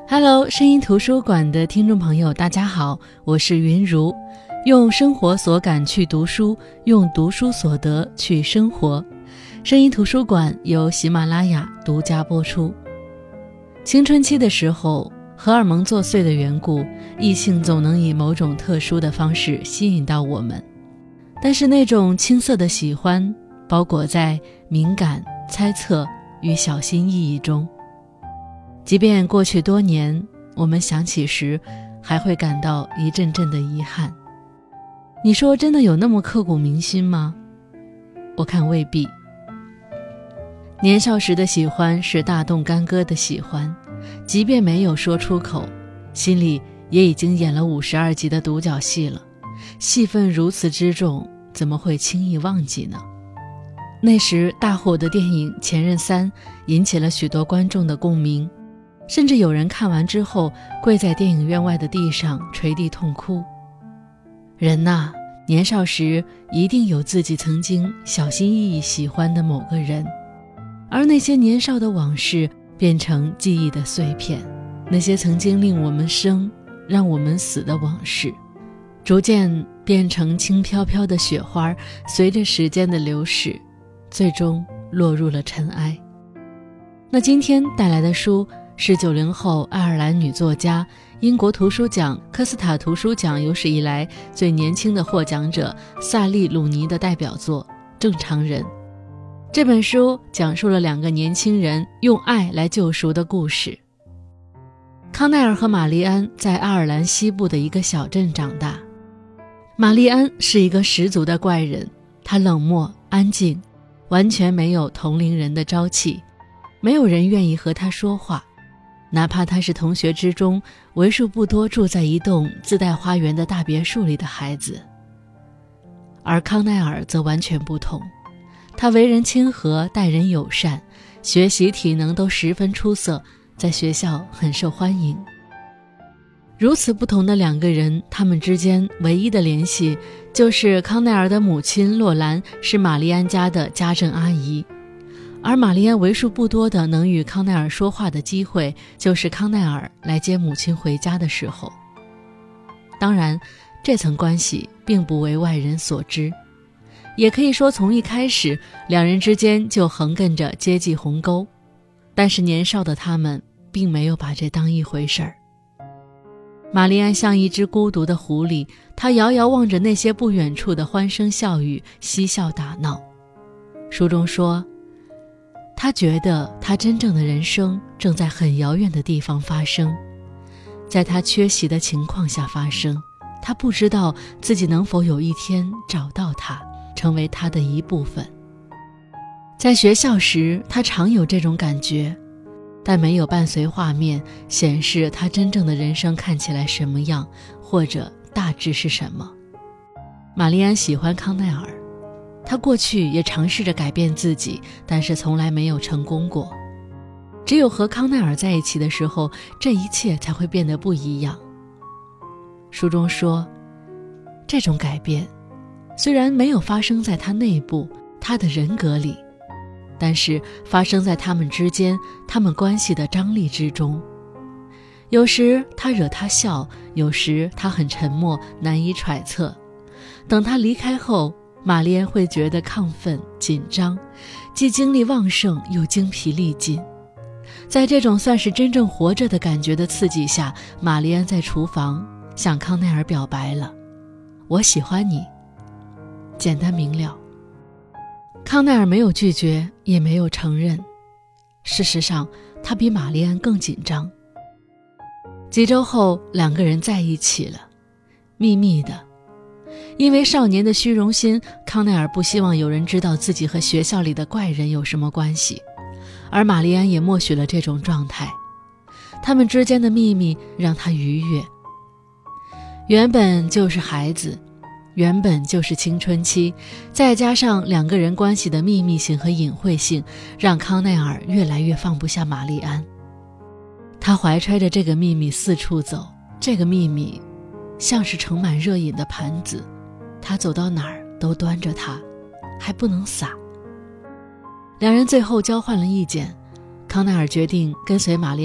Hello， 声音图书馆的听众朋友大家好，我是云如，用生活所感去读书，用读书所得去生活。声音图书馆由喜马拉雅独家播出。青春期的时候，荷尔蒙作祟的缘故，异性总能以某种特殊的方式吸引到我们，但是那种青涩的喜欢包裹在敏感、猜测与小心翼翼中。即便过去多年，我们想起时还会感到一阵阵的遗憾。你说真的有那么刻骨铭心吗？我看未必。年少时的喜欢是大动干戈的喜欢，即便没有说出口，心里也已经演了52集的独角戏了，戏份如此之重，怎么会轻易忘记呢？那时大火的电影《前任3》引起了许多观众的共鸣，甚至有人看完之后跪在电影院外的地上捶地痛哭。人呐，年少时一定有自己曾经小心翼翼喜欢的某个人，而那些年少的往事变成记忆的碎片，那些曾经令我们生让我们死的往事，逐渐变成轻飘飘的雪花，随着时间的流逝，最终落入了尘埃。那今天带来的书是90后爱尔兰女作家、英国图书奖科斯塔图书奖有史以来最年轻的获奖者萨利·鲁尼的代表作《正常人》。这本书讲述了2个年轻人用爱来救赎的故事。康奈尔和玛丽安在爱尔兰西部的一个小镇长大。玛丽安是一个十足的怪人，她冷漠安静，完全没有同龄人的朝气，没有人愿意和她说话，哪怕他是同学之中为数不多住在一栋自带花园的大别墅里的孩子。而康奈尔则完全不同，他为人亲和，待人友善，学习体能都十分出色，在学校很受欢迎。如此不同的2个人，他们之间唯一的联系就是康奈尔的母亲洛兰是玛丽安家的家政阿姨，而玛丽安为数不多的能与康奈尔说话的机会，就是康奈尔来接母亲回家的时候。当然，这层关系并不为外人所知，也可以说从一开始2人之间就横亘着阶级鸿沟，但是年少的他们并没有把这当一回事儿。玛丽安像一只孤独的狐狸，她遥遥望着那些不远处的欢声笑语，嬉笑打闹。书中说，他觉得他真正的人生正在很遥远的地方发生，在他缺席的情况下发生，他不知道自己能否有一天找到他，成为他的一部分。在学校时，他常有这种感觉，但没有伴随画面显示他真正的人生看起来什么样，或者大致是什么。玛丽安喜欢康奈尔，他过去也尝试着改变自己，但是从来没有成功过。只有和康奈尔在一起的时候，这一切才会变得不一样。书中说，这种改变虽然没有发生在他内部，他的人格里，但是发生在他们之间，他们关系的张力之中。有时他惹他笑，有时他很沉默，难以揣测。等他离开后，玛丽安会觉得亢奋紧张，既精力旺盛又精疲力尽。在这种算是真正活着的感觉的刺激下，玛丽安在厨房向康奈尔表白了，我喜欢你。简单明了。康奈尔没有拒绝，也没有承认。事实上，他比玛丽安更紧张。几周后，2个人在一起了，秘密的。因为少年的虚荣心，康奈尔不希望有人知道自己和学校里的怪人有什么关系，而玛丽安也默许了这种状态。他们之间的秘密让他愉悦。原本就是孩子，原本就是青春期，再加上2个人关系的秘密性和隐晦性，让康奈尔越来越放不下玛丽安。他怀揣着这个秘密四处走，这个秘密像是盛满热饮的盘子，他走到哪儿都端着它，还不能洒。2人最后交换了意见，康奈尔决定跟随玛丽安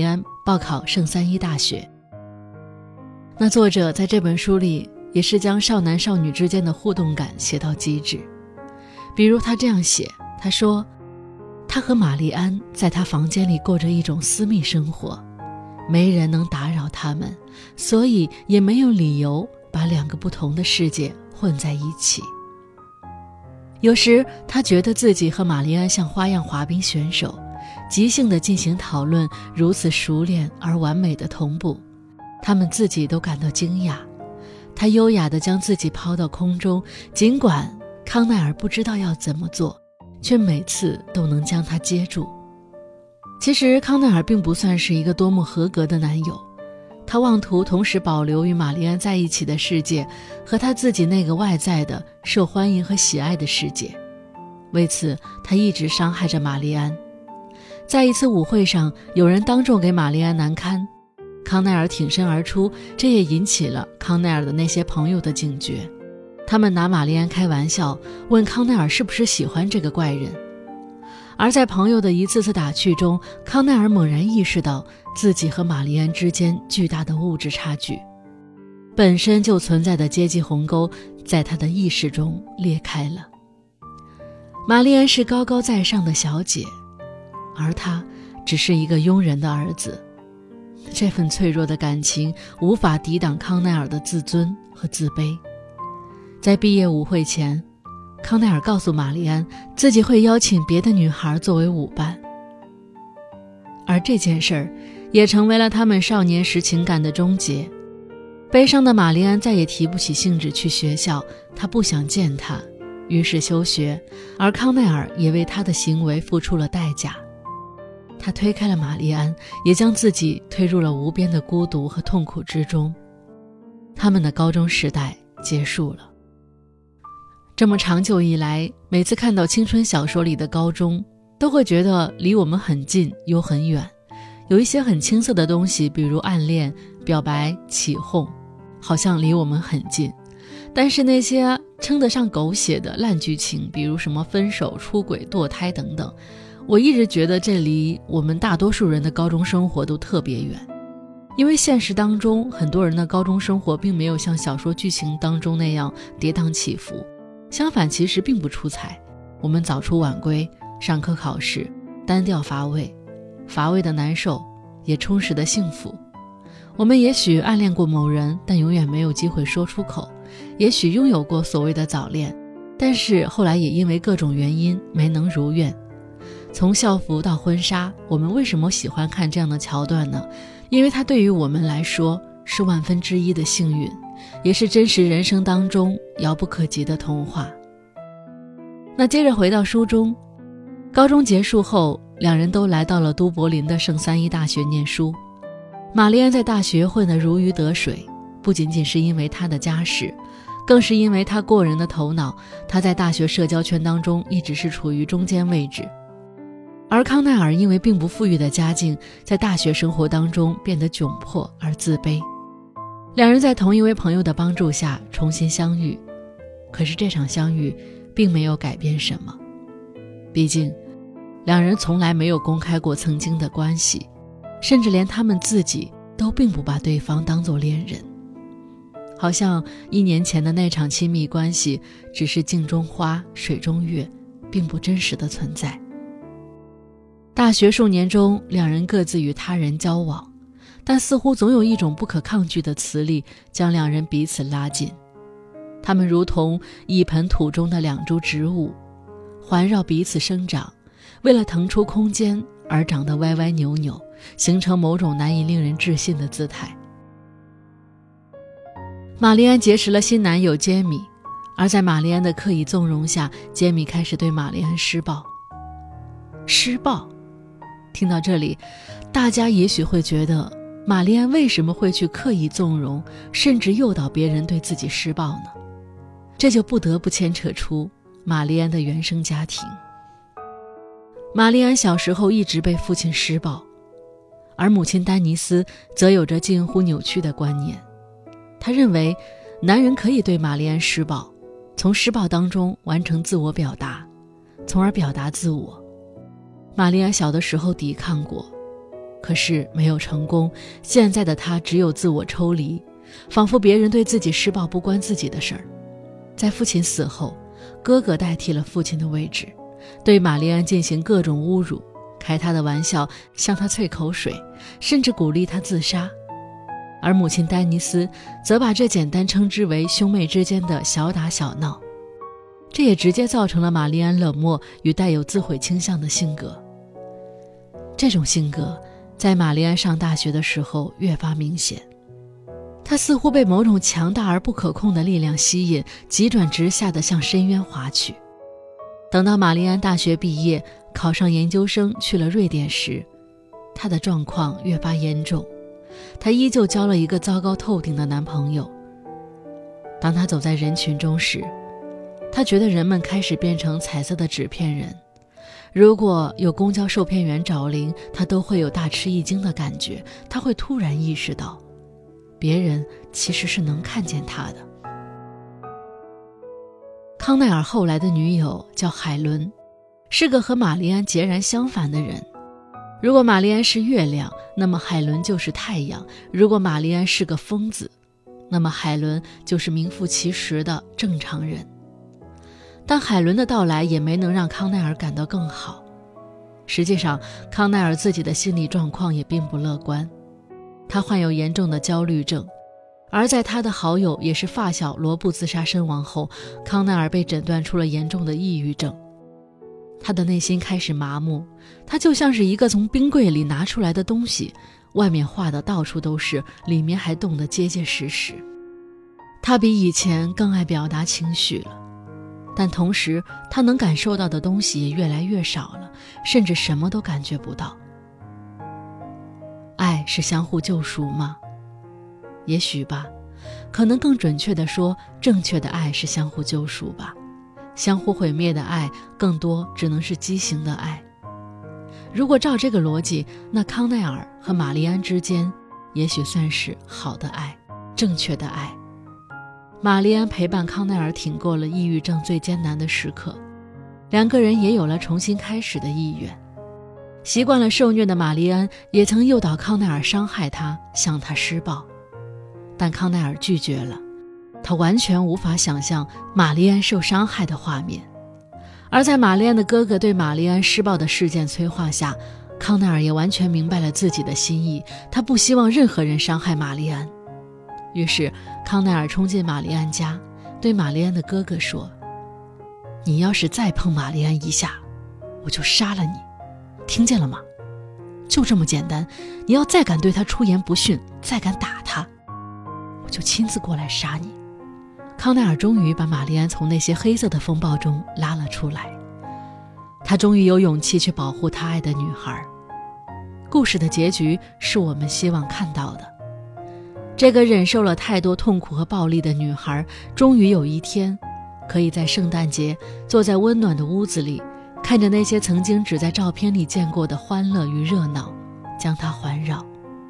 报考圣三一大学。那作者在这本书里也是将少男少女之间的互动感写到极致。比如他这样写，他说他和玛丽安在他房间里过着一种私密生活，没人能打扰他们，所以也没有理由把两个不同的世界混在一起。有时他觉得自己和玛丽安像花样滑冰选手，即兴地进行讨论，如此熟练而完美的同步，他们自己都感到惊讶。他优雅地将自己抛到空中，尽管康奈尔不知道要怎么做，却每次都能将他接住。其实康奈尔并不算是一个多么合格的男友，他妄图同时保留与玛丽安在一起的世界和他自己那个外在的受欢迎和喜爱的世界。为此他一直伤害着玛丽安。在一次舞会上，有人当众给玛丽安难堪，康奈尔挺身而出，这也引起了康奈尔的那些朋友的警觉。他们拿玛丽安开玩笑，问康奈尔是不是喜欢这个怪人。而在朋友的一次次打趣中，康奈尔猛然意识到自己和玛丽安之间巨大的物质差距，本身就存在的阶级鸿沟在他的意识中裂开了。玛丽安是高高在上的小姐，而他只是一个佣人的儿子。这份脆弱的感情无法抵挡康奈尔的自尊和自卑。在毕业舞会前，康奈尔告诉玛丽安自己会邀请别的女孩作为舞伴，而这件事儿也成为了他们少年时情感的终结。悲伤的玛丽安再也提不起兴致去学校，她不想见他，于是休学，而康奈尔也为他的行为付出了代价。他推开了玛丽安，也将自己推入了无边的孤独和痛苦之中。他们的高中时代结束了。这么长久以来，每次看到青春小说里的高中，都会觉得离我们很近又很远。有一些很青涩的东西，比如暗恋、表白、起哄，好像离我们很近。但是那些称得上狗血的烂剧情，比如什么分手、出轨、堕胎等等，我一直觉得这离我们大多数人的高中生活都特别远。因为现实当中，很多人的高中生活并没有像小说剧情当中那样跌宕起伏，相反其实并不出彩。我们早出晚归，上课考试，单调乏味，乏味的难受，也充实的幸福。我们也许暗恋过某人，但永远没有机会说出口，也许拥有过所谓的早恋，但是后来也因为各种原因没能如愿。从校服到婚纱，我们为什么喜欢看这样的桥段呢？因为它对于我们来说是1/1000的幸运，也是真实人生当中遥不可及的童话。那接着回到书中，高中结束后，两人都来到了都柏林的圣三一大学念书。玛丽安在大学混得如鱼得水，不仅仅是因为她的家世，更是因为她过人的头脑。她在大学社交圈当中一直是处于中间位置。而康奈尔因为并不富裕的家境，在大学生活当中变得窘迫而自卑。两人在同一位朋友的帮助下重新相遇，可是这场相遇并没有改变什么。毕竟两人从来没有公开过曾经的关系，甚至连他们自己都并不把对方当作恋人。好像1年前的那场亲密关系只是镜中花水中月，并不真实的存在。大学数年中，两人各自与他人交往，但似乎总有一种不可抗拒的磁力将两人彼此拉近。他们如同一盆土中的2株植物，环绕彼此生长，为了腾出空间而长得歪歪扭扭，形成某种难以令人置信的姿态。玛丽安结识了新男友杰米，而在玛丽安的刻意纵容下，杰米开始对玛丽安施暴。施暴，听到这里，大家也许会觉得玛丽安为什么会去刻意纵容，甚至诱导别人对自己施暴呢？这就不得不牵扯出玛丽安的原生家庭。玛丽安小时候一直被父亲施暴，而母亲丹尼斯则有着近乎扭曲的观念。他认为男人可以对玛丽安施暴，从施暴当中完成自我表达，从而表达自我。玛丽安小的时候抵抗过， 可是没有成功。现在的他只有自我抽离，仿佛别人对自己施暴不关自己的事儿。在父亲死后，哥哥代替了父亲的位置，对玛丽安进行各种侮辱，开他的玩笑，向他啐口水，甚至鼓励他自杀。而母亲丹尼斯则把这简单称之为兄妹之间的小打小闹，这也直接造成了玛丽安冷漠与带有自毁倾向的性格。这种性格在玛丽安上大学的时候越发明显，她似乎被某种强大而不可控的力量吸引，急转直下地向深渊滑去。等到玛丽安大学毕业，考上研究生，去了瑞典时，她的状况越发严重。她依旧交了一个糟糕透顶的男朋友。当她走在人群中时，她觉得人们开始变成彩色的纸片人。如果有公交售票员找铃，她都会有大吃一惊的感觉。她会突然意识到，别人其实是能看见她的。康奈尔后来的女友叫海伦，是个和玛丽安截然相反的人。如果玛丽安是月亮，那么海伦就是太阳；如果玛丽安是个疯子，那么海伦就是名副其实的正常人。但海伦的到来也没能让康奈尔感到更好。实际上，康奈尔自己的心理状况也并不乐观，他患有严重的焦虑症。而在他的好友也是发小罗布自杀身亡后，康奈尔被诊断出了严重的抑郁症。他的内心开始麻木，他就像是一个从冰柜里拿出来的东西，外面画的到处都是，里面还冻得结结实实。他比以前更爱表达情绪了，但同时他能感受到的东西也越来越少了，甚至什么都感觉不到。爱是相互救赎吗？也许吧，可能更准确地说，正确的爱是相互救赎吧。相互毁灭的爱更多只能是畸形的爱。如果照这个逻辑，那康奈尔和玛丽安之间也许算是好的爱，正确的爱。玛丽安陪伴康奈尔挺过了抑郁症最艰难的时刻，两个人也有了重新开始的意愿。习惯了受虐的玛丽安也曾诱导康奈尔伤害他，向他施暴，但康奈尔拒绝了。他完全无法想象玛丽安受伤害的画面。而在玛丽安的哥哥对玛丽安施暴的事件催化下，康奈尔也完全明白了自己的心意，他不希望任何人伤害玛丽安。于是康奈尔冲进玛丽安家，对玛丽安的哥哥说：你要是再碰玛丽安一下，我就杀了你，听见了吗？就这么简单，你要再敢对她出言不逊，再敢打她，我就亲自过来杀你。康奈尔终于把玛丽安从那些黑色的风暴中拉了出来，他终于有勇气去保护他爱的女孩。故事的结局是我们希望看到的。这个忍受了太多痛苦和暴力的女孩，终于有一天可以在圣诞节坐在温暖的屋子里，看着那些曾经只在照片里见过的欢乐与热闹将她环绕。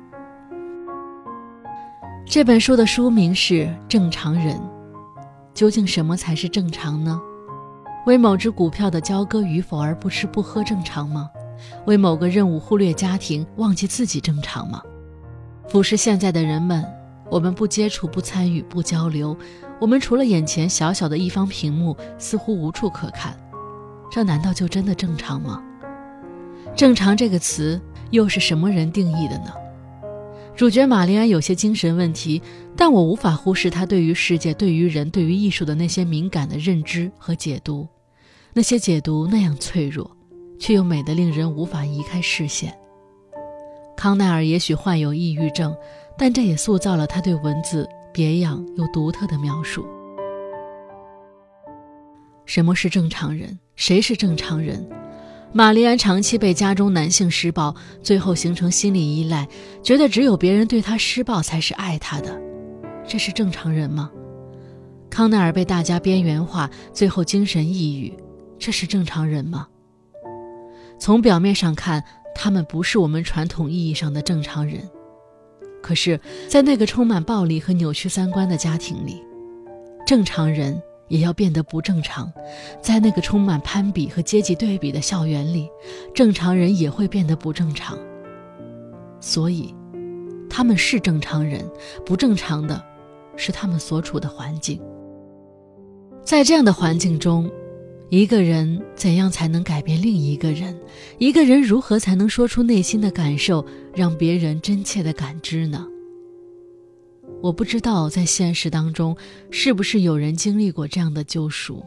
这本书的书名是《正常人》，究竟什么才是正常呢？为某只股票的交割与否而不吃不喝正常吗？为某个任务忽略家庭，忘记自己正常吗？俯视现在的人们，我们不接触，不参与，不交流，我们除了眼前小小的一方屏幕，似乎无处可看。这难道就真的正常吗？正常这个词又是什么人定义的呢？主角玛丽安有些精神问题，但我无法忽视她对于世界、对于人、对于艺术的那些敏感的认知和解读。那些解读那样脆弱，却又美得令人无法移开视线。康奈尔也许患有抑郁症，但这也塑造了他对文字别样又独特的描述。什么是正常人？谁是正常人？玛丽安长期被家中男性施暴，最后形成心理依赖，觉得只有别人对她施暴才是爱她的。这是正常人吗？康奈尔被大家边缘化，最后精神抑郁，这是正常人吗？从表面上看，他们不是我们传统意义上的正常人。可是在那个充满暴力和扭曲三观的家庭里，正常人也要变得不正常。在那个充满攀比和阶级对比的校园里，正常人也会变得不正常。 所以他们是正常人，不正常的是他们所处的环境。在这样的环境中，一个人怎样才能改变另一个人？一个人如何才能说出内心的感受，让别人真切地感知呢？我不知道在现实当中是不是有人经历过这样的救赎。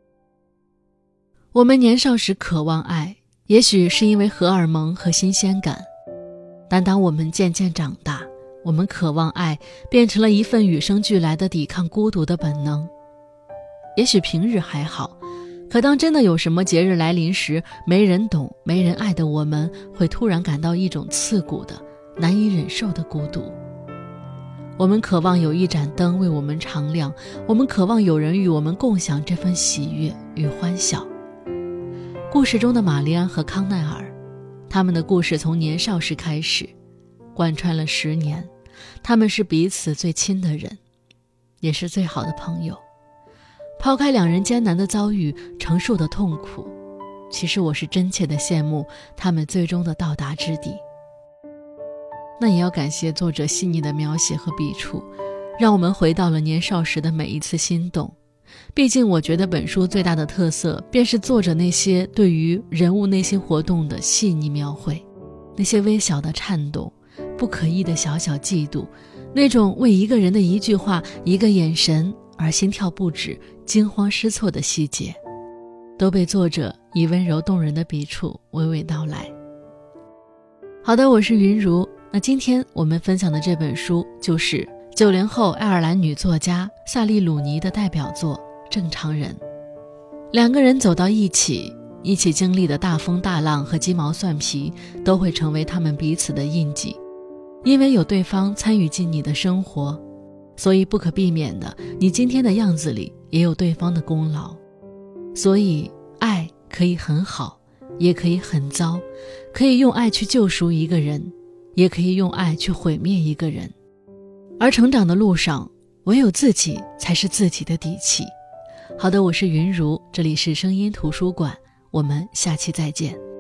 我们年少时渴望爱，也许是因为荷尔蒙和新鲜感，但当我们渐渐长大，我们渴望爱变成了一份与生俱来的抵抗孤独的本能。也许平日还好，可当真的有什么节日来临时，没人懂没人爱的我们，会突然感到一种刺骨的难以忍受的孤独。我们渴望有一盏灯为我们常亮，我们渴望有人与我们共享这份喜悦与欢笑。故事中的玛丽安和康奈尔，他们的故事从年少时开始，贯穿了10年，他们是彼此最亲的人，也是最好的朋友。抛开两人艰难的遭遇，承受的痛苦，其实我是真切的羡慕他们最终的到达之地。那也要感谢作者细腻的描写和笔触，让我们回到了年少时的每一次心动。毕竟我觉得本书最大的特色便是作者那些对于人物内心活动的细腻描绘，那些微小的颤动，不可疑的小小嫉妒，那种为一个人的一句话一个眼神而心跳不止惊慌失措的细节，都被作者以温柔动人的笔触娓娓道来。好的，我是云如。那今天我们分享的这本书就是90后爱尔兰女作家萨利鲁尼的代表作《正常人》。两个人走到一起经历的大风大浪和鸡毛蒜皮，都会成为他们彼此的印记。因为有对方参与进你的生活，所以不可避免的，你今天的样子里也有对方的功劳。所以爱可以很好，也可以很糟，可以用爱去救赎一个人，也可以用爱去毁灭一个人。而成长的路上，唯有自己才是自己的底气。好的，我是云如，这里是声音图书馆，我们下期再见。